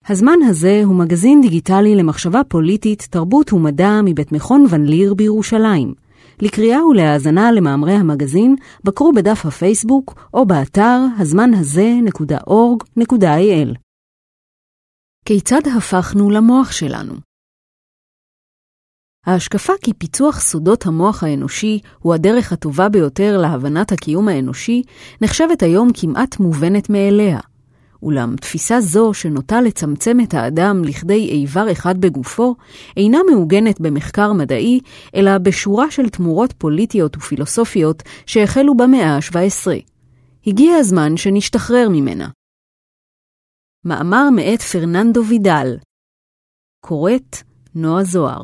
הזמן הזה הוא מגזין דיגיטלי למחשבה פוליטית, תרבות ומדע מבית מכון ון ליר בירושלים. לקריאה ולהאזנה למאמרי המגזין בקרו בדף הפייסבוק או באתר הזמנהזה.org.il. כיצד הפכנו למוח שלנו? ההשקפה כי פיצוח סודות המוח האנושי הוא הדרך הטובה ביותר להבנת הקיום האנושי נחשבת היום כמעט מובנת מאליה. אולם תפיסה זו שנוטה לצמצם את האדם לכדי איבר אחד בגופו, אינה מעוגנת במחקר מדעי, אלא בשורה של תמורות פוליטיות ופילוסופיות שהחלו במאה ה-17. הגיע הזמן שנשתחרר ממנה. מאמר מאת פרננדו וידל. קוראת נועה זוהר.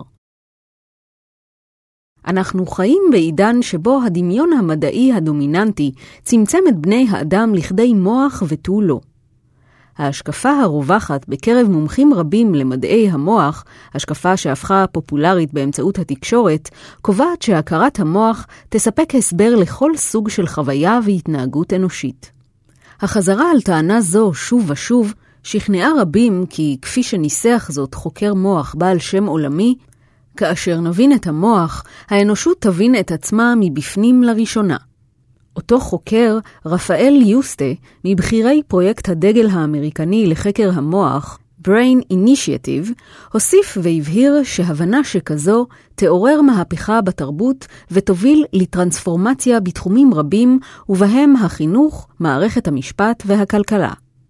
אנחנו חיים בעידן שבו הדמיון המדעי הדומיננטי צמצם את בני האדם לכדי מוח ותו לא. ההשקפה הרווחת בקרב מומחים רבים למדעי המוח, השקפה שהפכה פופולרית באמצעות התקשורת, קובעת שהכרת המוח תספק הסבר לכל סוג של חוויה והתנהגות אנושית. החזרה על טענה זו שוב ושוב שכנעה רבים כי כפי שניסח זאת חוקר מוח בעל שם עולמי, כאשר נבין את המוח, האנושות תבין את עצמה מבפנים לראשונה. אותו חוקר, רפאל יוסטה, מבחירי פרויקט הדגל האמריקני לחקר המוח, Brain Initiative, הוסיף והבהיר שהבנה שכזו תעורר מהפכה בתרבות ותוביל לטרנספורמציה בתחומים רבים, ובהם החינוך, מערכת המשפט והכלכלה.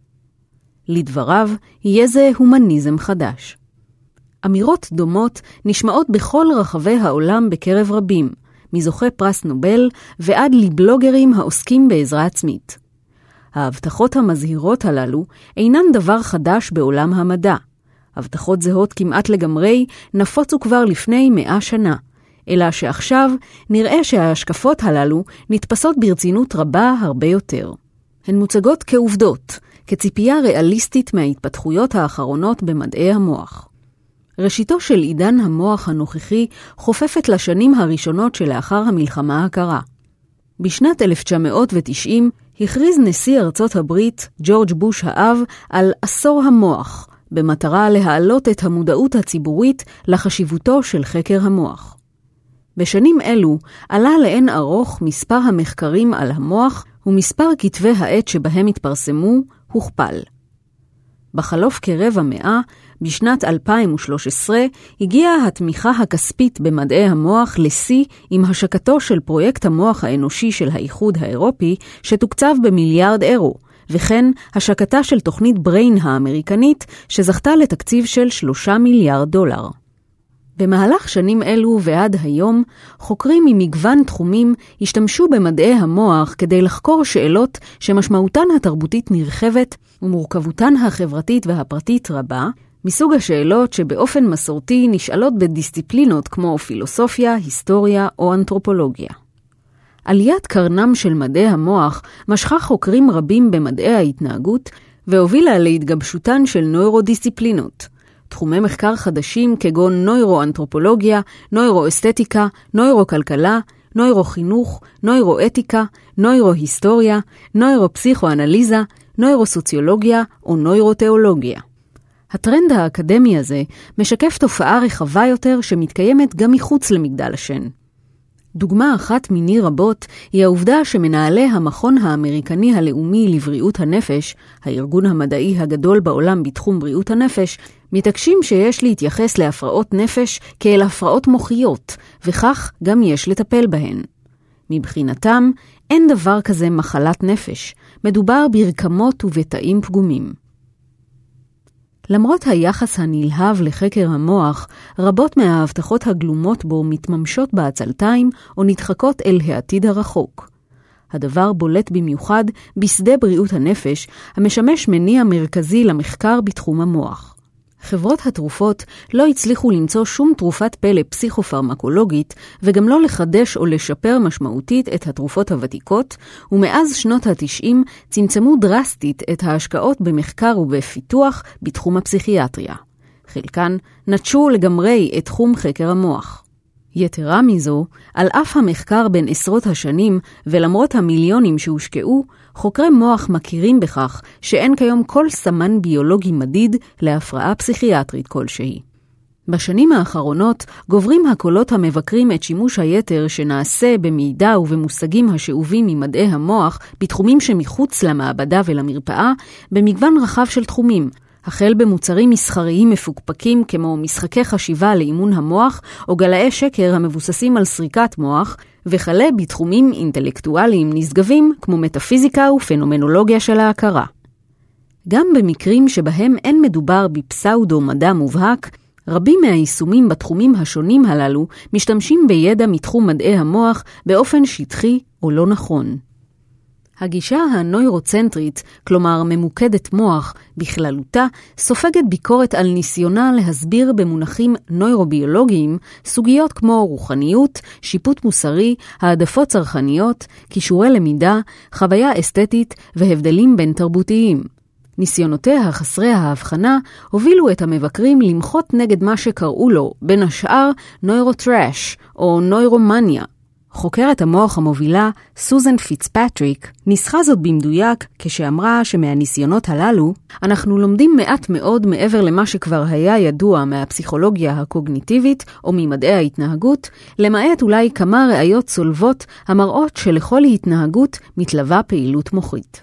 לדבריו, יהיה זה הומניזם חדש. אמירות דומות נשמעות בכל רחבי העולם בקרב רבים, מזוכה פרס נובל ועד לבלוגרים העוסקים בעזרה עצמית. ההבטחות המזהירות הללו אינן דבר חדש בעולם המדע. הבטחות זהות כמעט לגמרי נפוצו כבר לפני 100 שנה, אלא שעכשיו נראה שההשקפות הללו נתפסות ברצינות רבה הרבה יותר. הן מוצגות כעובדות, כציפייה ריאליסטית מההתפתחויות האחרונות במדעי המוח. ראשיתו של עידן המוח הנוכחי חופפת לשנים הראשונות שלאחר המלחמה הקרה. בשנת 1990 הכריז נשיא ארצות הברית, ג'ורג' בוש האב, על עשור המוח, במטרה להעלות את המודעות הציבורית לחשיבותו של חקר המוח. בשנים אלו עלה לאין ארוך מספר המחקרים על המוח, ומספר כתבי העת שבהם התפרסמו הוכפל. בחלוף כרבע מאה, בשנת 2013 הגיעה התמיכה הכספית במדעי המוח לשיא עם השקתו של פרויקט המוח האנושי של האיחוד האירופי שתוקצב במיליארד אירו, וכן השקתה של תוכנית בריין האמריקנית שזכתה לתקציב של 3 מיליארד דולר. במהלך שנים אלו ועד היום, חוקרים ממגוון תחומים השתמשו במדעי המוח כדי לחקור שאלות שמשמעותן התרבותית נרחבת ומורכבותן החברתית והפרטית רבה, מסוג השאלות שבאופן מסורתי נשאלות בדיסציפלינות כמו פילוסופיה, היסטוריה או אנתרופולוגיה. עליית קרנם של מדעי המוח משכה חוקרים רבים במדעי ההתנהגות והובילה להתגבשותן של נוירודיסציפלינות. תחומי מחקר חדשים כגון נוירואנתרופולוגיה, נוירואסתטיקה, נוירokלכלה, נוירוחינוך, נוירואתיקה, נוירוהיסטוריה, נוירופסיכואנליזה, נוירוסוציולוגיה או נוירותיאולוגיה. הטרנד האקדמי הזה משקף תופעה רחבה יותר שמתקיימת גם מחוץ למגדל השן. דוגמה אחת מיני רבות היא העובדה שמנהלי המכון האמריקני הלאומי לבריאות הנפש, הארגון המדעי הגדול בעולם בתחום בריאות הנפש, מתעקשים שיש להתייחס להפרעות נפש כאל הפרעות מוחיות, וכך גם יש לטפל בהן. מבחינתם, אין דבר כזה מחלת נפש, מדובר ברקמות ובתאים פגומים. למרות היחס הנלהב לחקר המוח, רבות מההבטחות הגלומות בו מתממשות בעצלתיים או נדחקות אל העתיד הרחוק. הדבר בולט במיוחד בשדה בריאות הנפש, המשמש מניע מרכזי למחקר בתחום המוח. חברות התרופות לא הצליחו למצוא שום תרופת פלא פסיכופרמקולוגית, וגם לא לחדש או לשפר משמעותית את התרופות הוותיקות, ומאז שנות ה-90 צמצמו דרסטית את ההשקעות במחקר ובפיתוח בתחום הפסיכיאטריה. חלקן נטשו לגמרי את תחום חקר המוח. יתרה מזו, על אף המחקר בין עשרות השנים ולמרות המיליונים שהושקעו, חוקרי מוח מכירים בכך שאין כיום כל סמן ביולוגי מדיד להפרעה פסיכיאטרית כלשהי. בשנים האחרונות גוברים הקולות המבקרים את שימוש היתר שנעשה במידע ובמושגים השאובים ממדעי המוח בתחומים שמחוץ למעבדה ולמרפאה במגוון רחב של תחומים, החל במוצרים מסחריים מפוקפקים כמו משחקי חשיבה לאימון המוח או גלאי שקר המבוססים על סריקת מוח, וכלה בתחומים אינטלקטואליים נשגבים כמו מטאפיזיקה ופנומנולוגיה של ההכרה. גם במקרים שבהם אין מדובר בפסאודו מדע מובהק, רבים מהיישומים בתחומים השונים הללו משתמשים בידע מתחום מדעי המוח באופן שטחי או לא נכון. הגישה הנוירוצנטרית, כלומר ממוקדת מוח בכללותה, סופגת ביקורת על ניסיונה להסביר במונחים נוירוביולוגיים סוגיות כמו רוחניות, שיפוט מוסרי, העדפות צרכניות, כישורי למידה, חוויה אסתטית והבדלים בין תרבותיים. ניסיונותיה חסרי ההבחנה הובילו את המבקרים למחות נגד מה שקראו לו, בין השאר, נוירוטראש או נוירומניה. חוקרת המוח המובילה, סוזן פיצפטריק, ניסחה זאת במדויק כשאמרה שמהניסיונות הללו, אנחנו לומדים מעט מאוד מעבר למה שכבר היה ידוע מהפסיכולוגיה הקוגניטיבית או ממדעי ההתנהגות, למעט אולי כמה ראיות צולבות המראות שלכל התנהגות מתלווה פעילות מוחית.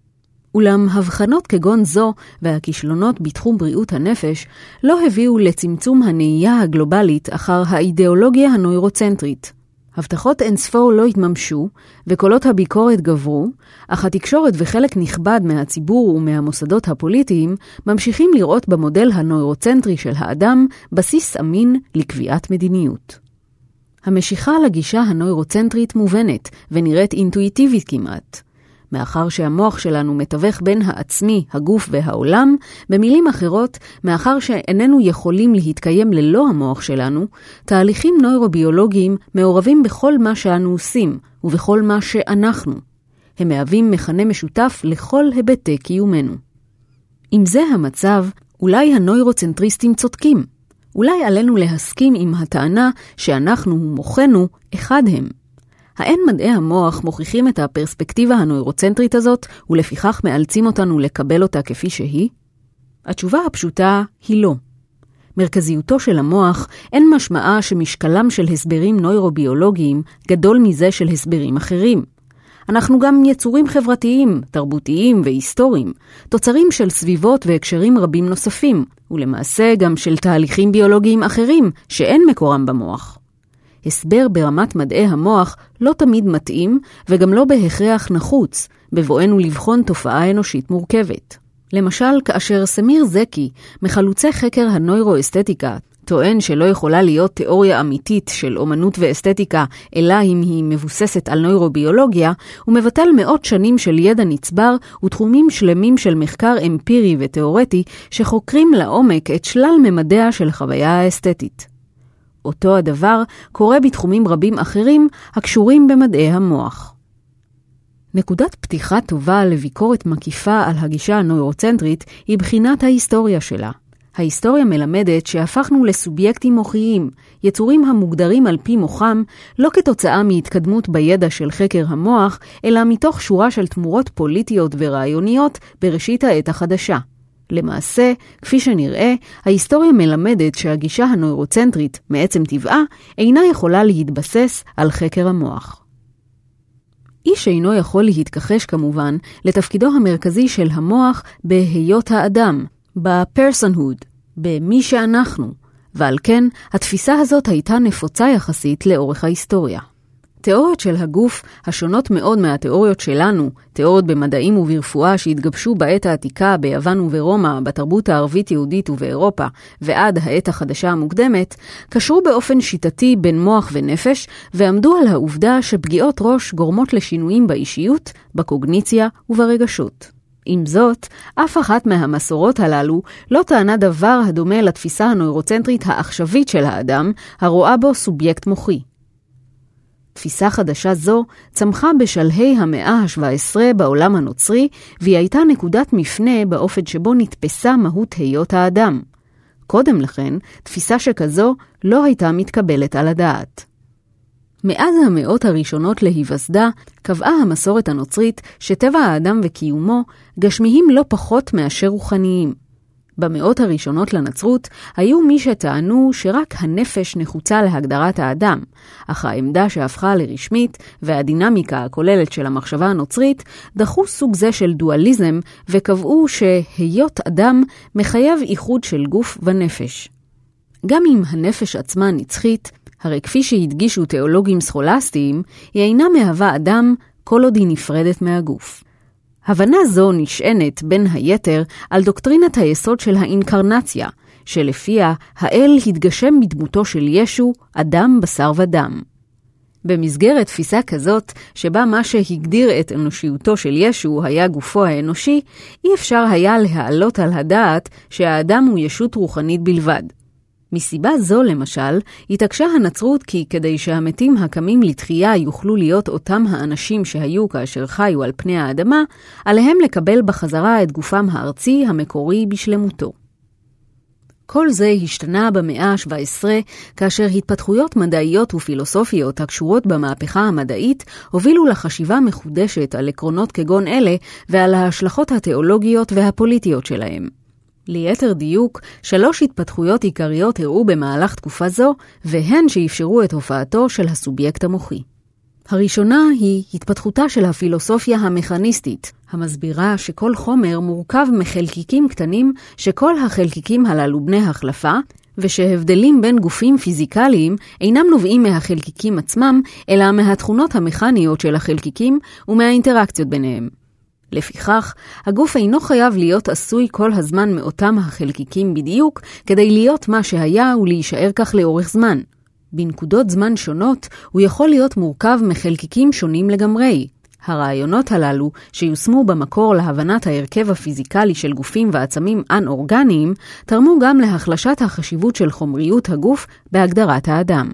אולם הבחנות כגון זו והכישלונות בתחום בריאות הנפש לא הביאו לצמצום הנהייה הגלובלית אחר האידיאולוגיה הנוירוצנטרית. הבטחות אינספור לא התממשו וקולות הביקורת גברו, אך התקשורת וחלק נכבד מהציבור ומהמוסדות הפוליטיים ממשיכים לראות במודל הנוירוצנטרי של האדם בסיס אמין לקביעת מדיניות. המשיכה לגישה הנוירוצנטרית מובנת ונראית אינטואיטיבית כמעט. מאחר שהמוח שלנו מתווך בין העצמי, הגוף והעולם, במילים אחרות, מאחר שאיננו יכולים להתקיים ללא המוח שלנו, תהליכים נוירוביולוגיים מעורבים בכל מה שאנו עושים ובכל מה שאנחנו. הם מהווים מכנה משותף לכל היבטי קיומנו. אם זה המצב, אולי הנוירוצנטריסטים צודקים. אולי עלינו להסכים עם הטענה שאנחנו ומוחנו אחד הם. האין מדעי המוח מוכיחים את הפרספקטיבה הנוירוצנטרית הזאת ולפיכך מאלצים אותנו לקבל אותה כפי שהיא? התשובה הפשוטה היא לא. מרכזיותו של המוח אין משמעה שמשקלם של הסברים נוירוביולוגיים גדול מזה של הסברים אחרים. אנחנו גם יצורים חברתיים, תרבותיים והיסטוריים, תוצרים של סביבות והקשרים רבים נוספים, ולמעשה גם של תהליכים ביולוגיים אחרים שאין מקורם במוח. הסבר ברמת מדעי המוח לא תמיד מתאים וגם לא בהכרח נחוץ, בבואנו לבחון תופעה אנושית מורכבת. למשל, כאשר סמיר זקי, מחלוצי חקר הנוירואסתטיקה, טוען שלא יכולה להיות תיאוריה אמיתית של אומנות ואסתטיקה, אלא אם היא מבוססת על נוירוביולוגיה, הוא מבטל מאות שנים של ידע נצבר ותחומים שלמים של מחקר אמפירי ותיאורטי שחוקרים לעומק את שלל ממדיה של חוויה האסתטית. אותו הדבר קורה בתחומים רבים אחרים הקשורים במדעי המוח. נקודת פתיחה טובה לביקורת מקיפה על הגישה הנוירוצנטרית היא בחינת ההיסטוריה שלה. ההיסטוריה מלמדת שהפכנו לסובייקטים מוחיים, יצורים המוגדרים על פי מוחם, לא כתוצאה מהתקדמות בידע של חקר המוח, אלא מתוך שורה של תמורות פוליטיות ורעיוניות בראשית העת החדשה. למעשה, כפי שנראה, ההיסטוריה מלמדת שהגישה הנוירוצנטרית, מעצם טבעה, אינה יכולה להתבסס על חקר המוח. איש אינו יכול להתכחש כמובן לתפקידו המרכזי של המוח בהיות האדם, ב-personhood, במי שאנחנו, ועל כן התפיסה הזאת הייתה נפוצה יחסית לאורך ההיסטוריה. תיאוריות של הגוף השונות מאוד מהתיאוריות שלנו, תיאוריות במדעים וברפואה שהתגבשו בעת העתיקה ביוון וברומא, בתרבות הערבית יהודית ובאירופה, ועד העת החדשה המוקדמת, קשרו באופן שיטתי בין מוח ונפש, ועמדו על העובדה שפגיעות ראש גורמות לשינויים באישיות, בקוגניציה וברגשות. עם זאת, אף אחת מהמסורות הללו לא טענה דבר הדומה לתפיסה הנוירוצנטרית העכשווית של האדם, הרואה בו סובייקט מוחי. תפיסה חדשה זו צמחה בשלהי המאה ה-17 בעולם הנוצרי, והיא הייתה נקודת מפנה באופן שבו נתפסה מהות היות האדם. קודם לכן, תפיסה שכזו לא הייתה מתקבלת על הדעת. מאז המאות הראשונות להיווסדה, קבעה המסורת הנוצרית שטבע האדם וקיומו גשמיים לא פחות מאשר רוחניים. במאות הראשונות לנצרות היו מי שטענו שרק הנפש נחוצה להגדרת האדם, אך העמדה שהפכה לרשמית והדינמיקה הכוללת של המחשבה הנוצרית דחו סוג זה של דואליזם וקבעו שהיות אדם מחייב איחוד של גוף ונפש. גם אם הנפש עצמה נצחית, הרי כפי שהדגישו תיאולוגים סכולסטיים, היא אינה מהווה אדם כל עוד היא נפרדת מהגוף. הבנה זו נשענת בין היתר על דוקטרינת היסוד של האינקרנציה, שלפיה האל התגשם בדמותו של ישו, אדם בשר ודם. במסגרת תפיסה כזאת, שבה מה שהגדיר את אנושיותו של ישו היה גופו האנושי, אי אפשר היה להעלות על הדעת שהאדם הוא ישות רוחנית בלבד. מסיבה זו למשל, התעקשה הנצרות כי כדי שהמתים הקמים לתחייה יוכלו להיות אותם האנשים שהיו כאשר חיו על פני האדמה, עליהם לקבל בחזרה את גופם הארצי המקורי בשלמותו. כל זה השתנה במאה ה-17, כאשר התפתחויות מדעיות ופילוסופיות הקשורות במהפכה המדעית הובילו לחשיבה מחודשת על עקרונות כגון אלה ועל ההשלכות התיאולוגיות והפוליטיות שלהם. ליתר דיוק, 3 התפתחויות עיקריות הראו במהלך תקופה זו, והן שאפשרו את הופעתו של הסובייקט המוחי. הראשונה היא התפתחותה של הפילוסופיה המכניסטית, המסבירה שכל חומר מורכב מחלקיקים קטנים שכל החלקיקים הללו בני החלפה, ושהבדלים בין גופים פיזיקליים אינם נובעים מהחלקיקים עצמם, אלא מהתכונות המכניות של החלקיקים ומהאינטראקציות ביניהם. לפיכך, הגוף אינו חייב להיות עשוי כל הזמן מאותם החלקיקים בדיוק, כדי להיות מה שהיה ולהישאר כך לאורך זמן. בנקודות זמן שונות, הוא יכול להיות מורכב מחלקיקים שונים לגמרי. הרעיונות הללו, שיושמו במקור להבנת ההרכב הפיזיקלי של גופים ועצמים אנ-אורגניים, תרמו גם להחלשת החשיבות של חומריות הגוף בהגדרת האדם.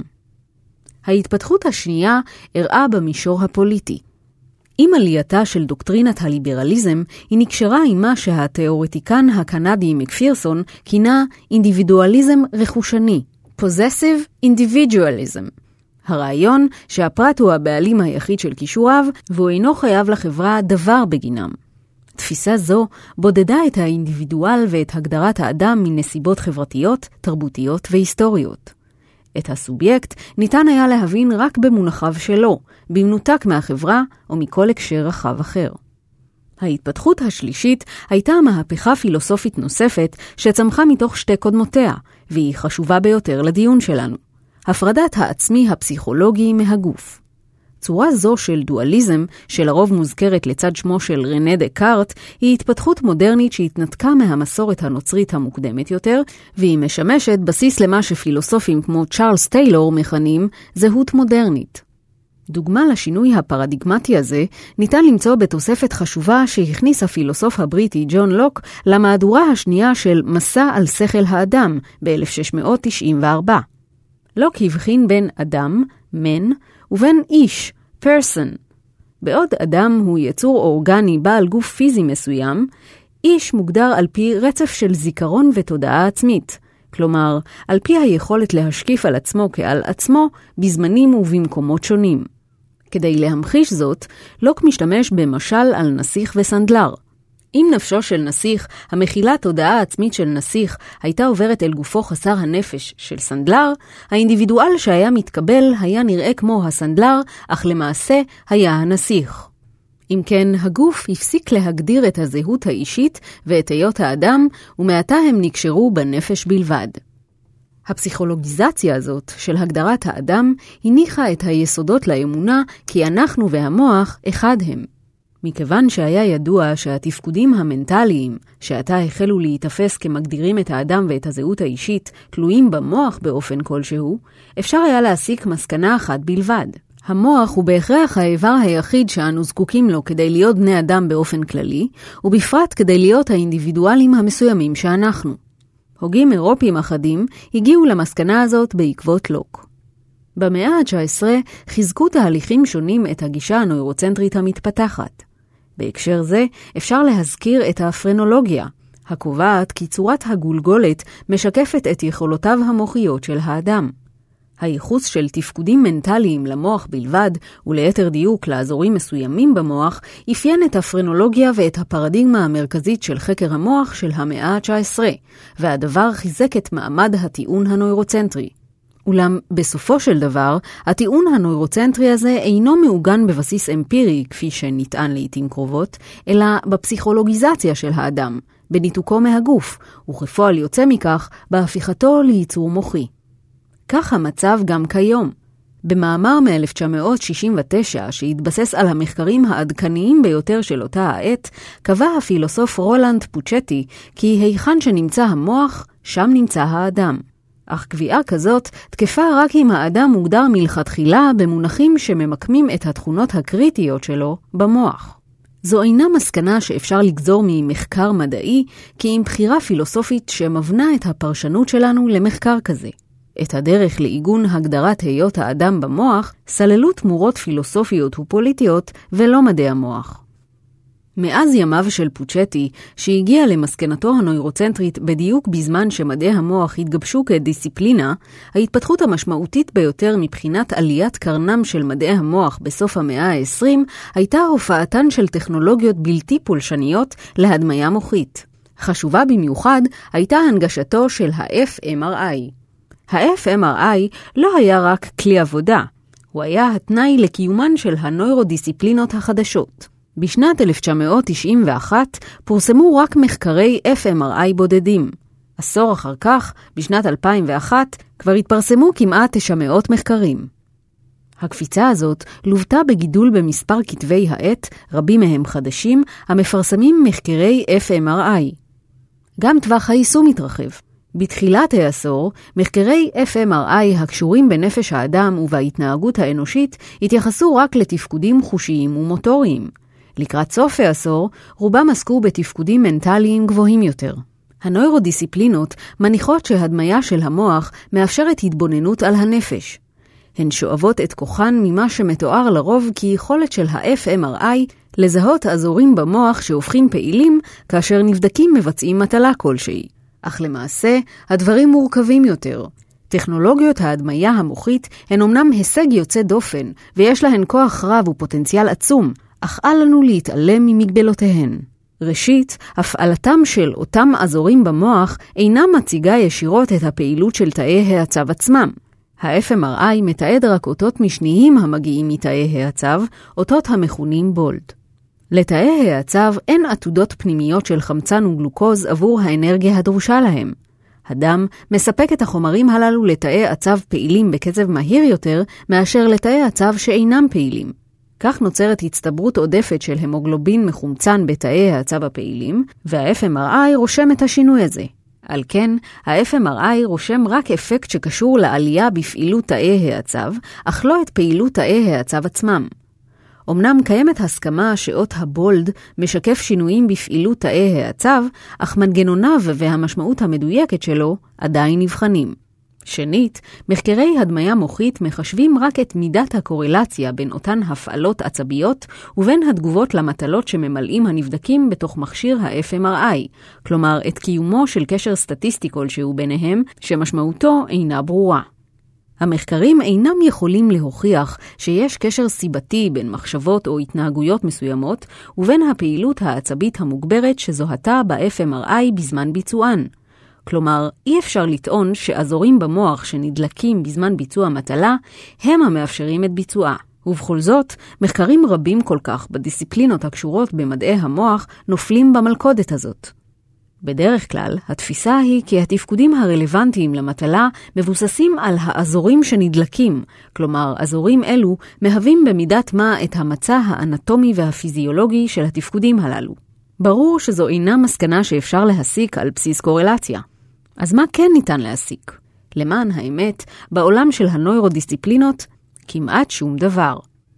ההתפתחות השנייה הראה במישור הפוליטי. עם עלייתה של דוקטרינת הליברליזם, היא נקשרה עם מה שהתיאורטיקן הקנדי מקפירסון כינה אינדיבידואליזם רכושני, possessive individualism. הרעיון שהפרט הוא הבעלים היחיד של כישוריו, והוא אינו חייב לחברה דבר בגינם. תפיסה זו בודדה את האינדיבידואל ואת הגדרת האדם מנסיבות חברתיות, תרבותיות והיסטוריות. את הסובייקט ניתן היה להבין רק במונחיו שלו, במנותק מהחברה או מכל הקשר רחב אחר. ההתפתחות השלישית הייתה מהפכה פילוסופית נוספת שצמחה מתוך 2 קודמותיה, והיא חשובה ביותר לדיון שלנו. הפרדת העצמי הפסיכולוגי מהגוף. צורה זו של דואליזם, שלרוב מוזכרת לצד שמו של רנה דקארט, היא התפתחות מודרנית שהתנתקה מהמסורת הנוצרית המוקדמת יותר, והיא משמשת בסיס למה שפילוסופים כמו צ'ארלס טיילור מכנים זהות מודרנית. דוגמה לשינוי הפרדיגמטי הזה ניתן למצוא בתוספת חשובה שהכניס הפילוסוף הבריטי ג'ון לוק למהדורה השנייה של מסע על שכל האדם ב-1694. לוק הבחין בין אדם, man, ובין איש, person. בעוד אדם הוא יצור אורגני בעל גוף פיזי מסוים, איש מוגדר על פי רצף של זיכרון ותודעה עצמית, כלומר, על פי היכולת להשקיף על עצמו כעל עצמו בזמנים ובמקומות שונים. כדי להמחיש זאת, לוק משתמש במשל על נסיך וסנדלר. אם נפשו של נסיך, המכילה תודעה עצמית של נסיך, הייתה עוברת אל גופו חסר הנפש של סנדלר, האינדיבידואל שהיה מתקבל היה נראה כמו הסנדלר, אך למעשה היה הנסיך. אם כן, הגוף הפסיק להגדיר את הזהות האישית ואת היות האדם, ומעתה הם נקשרו בנפש בלבד. הפסיכולוגיזציה הזאת של הגדרת האדם הניחה את היסודות לאמונה כי אנחנו והמוח אחד הם. מכיוון שהיה ידוע שהתפקודים המנטליים שעתה החלו להתאפס כמגדירים את האדם ואת הזהות האישית תלויים במוח באופן כלשהו, אפשר היה להסיק מסקנה אחת בלבד. המוח הוא בהכרח האיבר היחיד שאנו זקוקים לו כדי להיות בני אדם באופן כללי, ובפרט כדי להיות האינדיבידואלים המסוימים שאנחנו. הוגים אירופיים אחדים הגיעו למסקנה הזאת בעקבות לוק. במאה ה-19 חיזקו תהליכים שונים את הגישה הנוירוצנטרית המתפתחת. בהקשר זה אפשר להזכיר את הפרנולוגיה, הקובעת כי צורת הגולגולת משקפת את יכולותיו המוחיות של האדם. הייחוס של תפקודים מנטליים למוח בלבד, וליתר דיוק לאזורים מסוימים במוח, אפיין את הפרנולוגיה ואת הפרדיגמה המרכזית של חקר המוח של המאה ה-19, והדבר חיזק את מעמד הטיעון הנוירוצנטרי. אולם בסופו של דבר, הטיעון הנוירוצנטרי הזה אינו מעוגן בבסיס אמפירי, כפי שנטען לעתים קרובות, אלא בפסיכולוגיזציה של האדם, בניתוקו מהגוף, וכפועל יוצא מכך, בהפיכתו ליצור מוחי. כך המצב גם כיום. במאמר מ-1969, שהתבסס על המחקרים העדכניים ביותר של אותה העת, קבע הפילוסוף רולנד פוצ'טי כי היכן שנמצא המוח, שם נמצא האדם. אך קביעה כזאת תקפה רק אם האדם מוגדר מלכתחילה במונחים שממקמים את התכונות הקריטיות שלו במוח. זו אינה מסקנה שאפשר לגזור ממחקר מדעי, כי עם בחירה פילוסופית שמבנה את הפרשנות שלנו למחקר כזה. את הדרך לעיגון הגדרת היות האדם במוח סללו תמורות פילוסופיות ופוליטיות ולא מדעי המוח. מאז ימיו של פוצ'טי, שהגיע למסקנתו הנוירוצנטרית בדיוק בזמן שמדעי המוח התגבשו כדיסציפלינה, ההתפתחות המשמעותית ביותר מבחינת עליית קרנם של מדעי המוח בסוף המאה ה-20 הייתה הופעתן של טכנולוגיות בלתי פולשניות להדמיה מוחית. חשובה במיוחד הייתה הנגשתו של ה-fMRI. ה-fMRI לא היה רק כלי עבודה, הוא היה התנאי לקיומן של הנוירודיסציפלינות החדשות. בשנת 1991 פורסמו רק מחקרי fMRI בודדים. עשור אחר כך, בשנת 2001, כבר התפרסמו כמעט 900 מחקרים. הקפיצה הזאת לוותה בגידול במספר כתבי העת, רבים מהם חדשים, המפרסמים מחקרי fMRI. גם טווח היישום התרחב. בתחילת העשור, מחקרי fMRI הקשורים בנפש האדם ובהתנהגות האנושית התייחסו רק לתפקודים חושיים ומוטוריים. לקראת סוף העשור, רובם עסקו בתפקודים מנטליים גבוהים יותר. הנוירודיסציפלינות מניחות שהדמיה של המוח מאפשרת התבוננות על הנפש. הן שואבות את כוחן ממה שמתואר לרוב כיכולת של ה-fMRI לזהות אזורים במוח שהופכים פעילים כאשר נבדקים מבצעים מטלה כלשהי. אך למעשה, הדברים מורכבים יותר. טכנולוגיות ההדמיה המוחית הן אמנם הישג יוצא דופן, ויש להן כוח רב ופוטנציאל עצום, אך אל לנו להתעלם ממגבלותיהן. ראשית, הפעלתם של אותם אזורים במוח אינה מציגה ישירות את הפעילות של תאי העצב עצמם. ה-fMRI מתעד רק אותות משניים המגיעים מתאי העצב, אותות המכונים בולד. לתאי העצב אין עתודות פנימיות של חמצן וגלוקוז עבור האנרגיה הדרושה להם. הדם מספק את החומרים הללו לתאי עצב פעילים בקצב מהיר יותר מאשר לתאי עצב שאינם פעילים. כך נוצרת הצטברות עודפת של המוגלובין מחומצן בתאי העצב הפעילים, וה-fMRI רושם את השינוי הזה. על כן, ה-fMRI רושם רק אפקט שקשור לעלייה בפעילות תאי העצב, אך לא את פעילות תאי העצב עצמם. אמנם קיימת הסכמה שאות הבולד משקף שינויים בפעילות תאי העצב, אך מנגנוניו והמשמעות המדויקת שלו עדיין נבחנים. שנית, מחקרי הדמיה מוחית מחשבים רק את מידת הקורלציה בין אותן הפעלות עצביות ובין התגובות למטלות שממלאים הנבדקים בתוך מכשיר ה-fMRI, כלומר את קיומו של קשר סטטיסטי כלשהו ביניהם שמשמעותו אינה ברורה. המחקרים אינם יכולים להוכיח שיש קשר סיבתי בין מחשבות או התנהגויות מסוימות ובין הפעילות העצבית המוגברת שזוהתה ב-fMRI בזמן ביצוען. כלומר, אי אפשר לטעון שאזורים במוח שנדלקים בזמן ביצוע מטלה הם המאפשרים את ביצועה. ובכל זאת, מחקרים רבים כל כך בדיסציפלינות הקשורות במדעי המוח נופלים במלכודת הזאת. בדרך כלל, התפיסה היא כי התפקודים הרלוונטיים למטלה מבוססים על האזורים שנדלקים, כלומר, אזורים אלו מהווים במידת מה את המצע האנטומי והפיזיולוגי של התפקודים הללו. ברור שזו אינה מסקנה שאפשר להסיק על בסיס קורלציה. אז מה כן ניתן להסיק? למען האמת, בעולם של הנוירודיסציפלינות, כמעט שום דבר.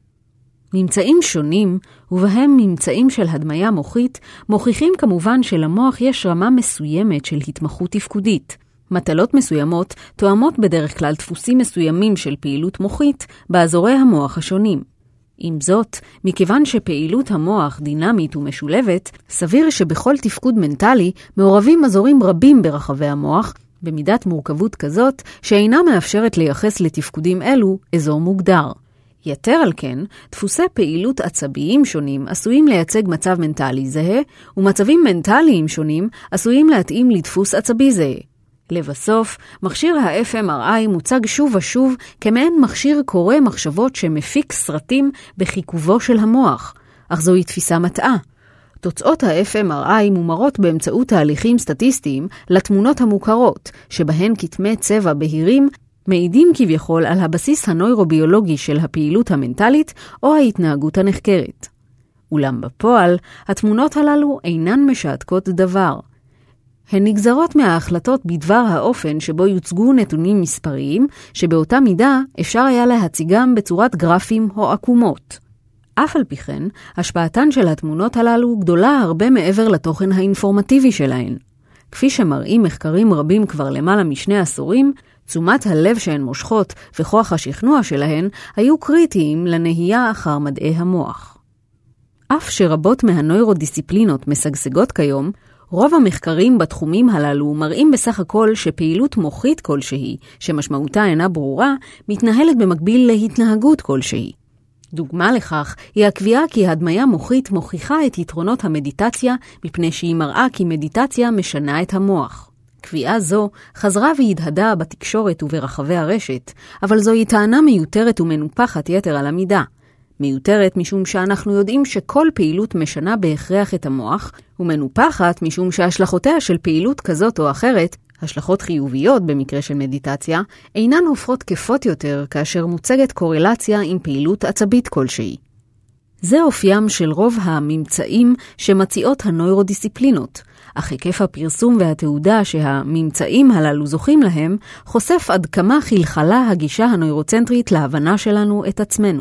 ממצאים שונים, ובהם ממצאים של הדמיה מוחית, מוכיחים כמובן שלמוח יש רמה מסוימת של התמחות תפקודית. מטלות מסוימות תואמות בדרך כלל דפוסים מסוימים של פעילות מוחית באזורי המוח השונים. עם זאת, מכיוון שפעילות המוח דינמית ומשולבת, סביר שבכל תפקוד מנטלי מעורבים אזורים רבים ברחבי המוח, במידת מורכבות כזאת שאינה מאפשרת לייחס לתפקודים אלו אזור מוגדר. יתר על כן, דפוסי פעילות עצביים שונים עשויים לייצג מצב מנטלי זהה, ומצבים מנטליים שונים עשויים להתאים לדפוס עצבי זהה. לבסוף, מכשיר ה-fMRI מוצג שוב ושוב כמעין מכשיר קורא מחשבות שמפיק סרטים בחיכובו של המוח, אך זוהי תפיסה מטעה. תוצאות ה-fMRI מומרות באמצעות תהליכים סטטיסטיים לתמונות המוכרות, שבהן כתמי צבע בהירים מעידים כביכול על הבסיס הנוירוביולוגי של הפעילות המנטלית או ההתנהגות הנחקרת. אולם בפועל, התמונות הללו אינן משעתקות דבר. הן נגזרות מההחלטות בדבר האופן שבו יוצגו נתונים מספריים, שבאותה מידה אפשר היה להציגם בצורת גרפים או עקומות. אף על פי כן, השפעתן של התמונות הללו גדולה הרבה מעבר לתוכן האינפורמטיבי שלהן. כפי שמראים מחקרים רבים כבר למעלה מ2 עשורים, תשומת הלב שהן מושכות וכוח השכנוע שלהן היו קריטיים לנהייה אחר מדעי המוח. אף שרבות מהנוירודיסציפלינות משגשגות כיום, רוב המחקרים בתחומים הללו מראים בסך הכל שפעילות מוחית כלשהי, שמשמעותה אינה ברורה, מתנהלת במקביל להתנהגות כלשהי. דוגמה לכך היא הקביעה כי הדמיה מוחית מוכיחה את יתרונות המדיטציה מפני שהיא מראה כי מדיטציה משנה את המוח. קביעה זו חזרה והדהדה בתקשורת וברחבי הרשת, אבל זוהי טענה מיותרת ומנופחת יתר על המידה. מיותרת משום שאנחנו יודעים שכל פעילות משנה בהכרח את המוח, ומנופחת משום שהשלכותיה של פעילות כזאת או אחרת, השלכות חיוביות במקרה של מדיטציה, אינן הופכות תקפות יותר כאשר מוצגת קורלציה עם פעילות עצבית כלשהי. זה אופיים של רוב הממצאים שמציעות הנוירודיסציפלינות, אך היקף הפרסום והתעודה שהממצאים הללו זוכים להם, חושף עד כמה חלחלה הגישה הנוירוצנטרית להבנה שלנו את עצמנו.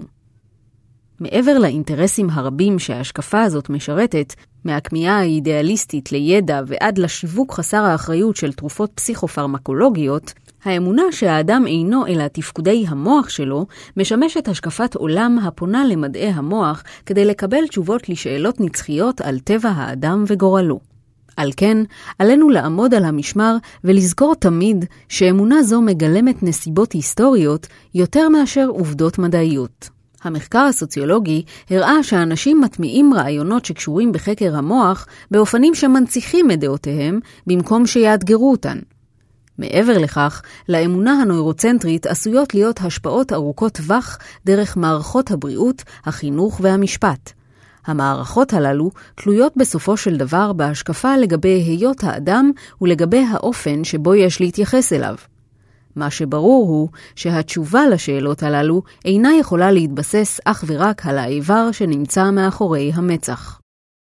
מעבר לאינטרסים הרבים שההשקפה הזאת משרתת, מהכמיהה האידיאליסטית לידע ועד לשיווק חסר האחריות של תרופות פסיכופרמקולוגיות, האמונה שהאדם אינו אלא תפקודי המוח שלו, משמשת השקפת עולם הפונה למדעי המוח כדי לקבל תשובות לשאלות נצחיות על טבע האדם וגורלו. על כן, עלינו לעמוד על המשמר ולזכור תמיד שאמונה זו מגלמת נסיבות היסטוריות יותר מאשר עובדות מדעיות. המחקר הסוציולוגי הראה שאנשים מטמיעים רעיונות שקשורים בחקר המוח באופנים שמנציחים את דעותיהם במקום שיאתגרו אותן. מעבר לכך, לאמונה הנוירוצנטרית עשויות להיות השפעות ארוכות טווח דרך מערכות הבריאות, החינוך והמשפט. המערכות הללו תלויות בסופו של דבר בהשקפה לגבי היות האדם ולגבי האופן שבו יש להתייחס אליו. מה שברור הוא שהתשובה לשאלות הללו אינה יכולה להתבסס אך ורק על האיבר שנמצא מאחורי המצח.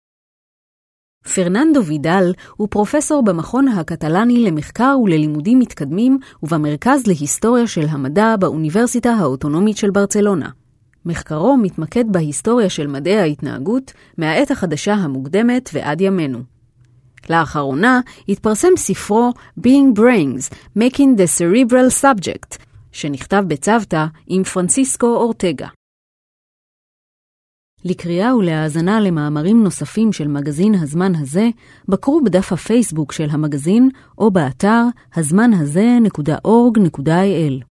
פרננדו וידל הוא פרופסור במכון הקטלני למחקר וללימודים מתקדמים ובמרכז להיסטוריה של המדע באוניברסיטה האוטונומית של ברצלונה. מחקרו מתמקד בהיסטוריה של מדעי ההתנהגות מהעת החדשה המוקדמת ועד ימינו. לאחרונה התפרסם ספרו Being Brains, Making the Cerebral Subject, שנכתב בצוותא עם פרנסיסקו אורטגה. לקריאה ולהאזנה למאמרים נוספים של מגזין הזמן הזה, בקרו בדף הפייסבוק של המגזין או באתר הזמנהזה.org.il.